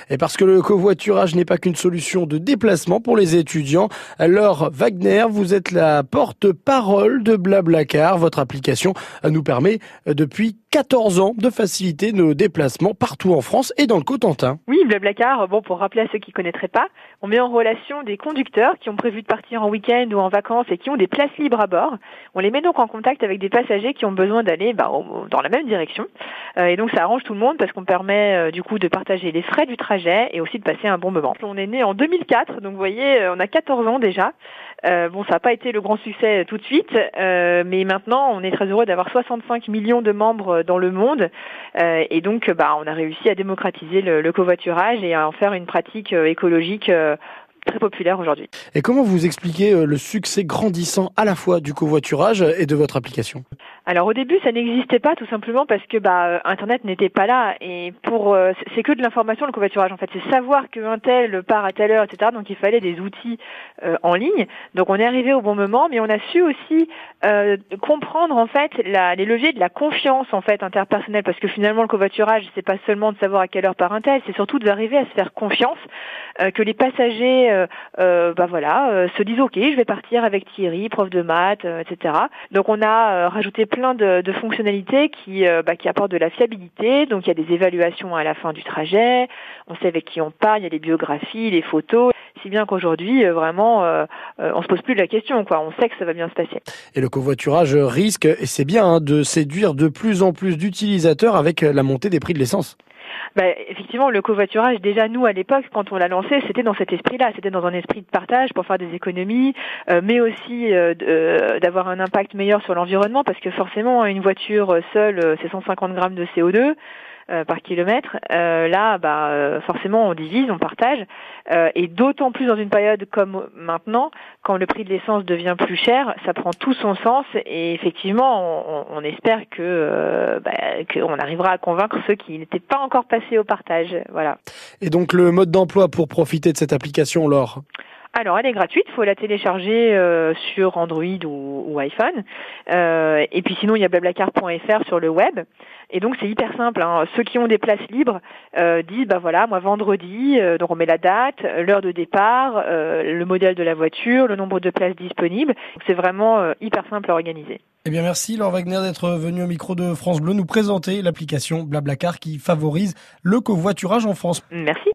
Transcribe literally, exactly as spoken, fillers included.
Et parce que le covoiturage n'est pas qu'une solution de déplacement pour les étudiants, Laure Wagner, vous êtes la porte-parole de Blablacar. Votre application nous permet depuis quatorze ans de faciliter nos déplacements partout en France et dans le Cotentin. Oui, Blablacar, bon, pour rappeler à ceux qui ne connaîtraient pas, on met en relation des conducteurs qui ont prévu de partir en week-end ou en vacances et qui ont des places libres à bord. On les met donc en contact avec des passagers qui ont besoin d'aller bah, dans la même direction. Euh, et donc ça arrange tout le monde parce qu'on permet euh, du coup de partager les frais du trajet et aussi de passer un bon moment. On est né en deux mille quatre, donc vous voyez, on a quatorze ans déjà. Euh, bon, ça n'a pas été le grand succès tout de suite, euh, mais maintenant on est très heureux d'avoir soixante-cinq millions de membres dans le monde. Euh, et donc bah, on a réussi à démocratiser le, le covoiturage et à en faire une pratique euh, écologique euh, très populaire aujourd'hui. Et comment vous expliquez le succès grandissant à la fois du covoiturage et de votre application ? Alors au début, ça n'existait pas tout simplement parce que bah Internet n'était pas là et pour euh, c'est que de l'information le covoiturage en fait, c'est savoir qu'un tel part à telle heure, et cetera. Donc il fallait des outils euh, en ligne. Donc on est arrivé au bon moment, mais on a su aussi euh, comprendre en fait la, les leviers de la confiance en fait interpersonnelle parce que finalement le covoiturage c'est pas seulement de savoir à quelle heure part un tel, c'est surtout d'arriver à se faire confiance, euh, que les passagers euh, euh, bah voilà euh, se disent ok je vais partir avec Thierry, prof de maths, euh, et cetera. Donc on a euh, rajouté plein de, de fonctionnalités qui, euh, bah, qui apportent de la fiabilité. Donc il y a des évaluations à la fin du trajet, on sait avec qui on part, il y a les biographies, les photos, si bien qu'aujourd'hui euh, vraiment euh, euh, on se pose plus de la question, quoi. On sait que ça va bien se passer. Et le covoiturage risque, et c'est bien, hein, de séduire de plus en plus d'utilisateurs avec la montée des prix de l'essence. Bah, effectivement, le covoiturage, déjà nous à l'époque, quand on l'a lancé, c'était dans cet esprit-là, c'était dans un esprit de partage pour faire des économies, euh, mais aussi euh, euh, d'avoir un impact meilleur sur l'environnement, parce que forcément, une voiture seule, euh, c'est cent cinquante grammes de C O deux. Euh, par kilomètre. Euh, là, bah, euh, forcément, on divise, on partage, euh, et d'autant plus dans une période comme maintenant, quand le prix de l'essence devient plus cher, ça prend tout son sens. Et effectivement, on, on espère que euh, bah, qu'on arrivera à convaincre ceux qui n'étaient pas encore passés au partage. Voilà. Et donc le mode d'emploi pour profiter de cette application, Laure ? Alors, elle est gratuite, il faut la télécharger euh, sur Android ou, ou iPhone. Euh, et puis sinon, il y a blablacar point f r sur le web. Et donc, c'est hyper simple, hein. Ceux qui ont des places libres euh, disent, bah voilà, moi vendredi, euh, donc on met la date, l'heure de départ, euh, le modèle de la voiture, le nombre de places disponibles. Donc, c'est vraiment euh, hyper simple à organiser. Eh bien, merci Laure Wagner d'être venue au micro de France Bleu nous présenter l'application Blablacar qui favorise le covoiturage en France. Merci.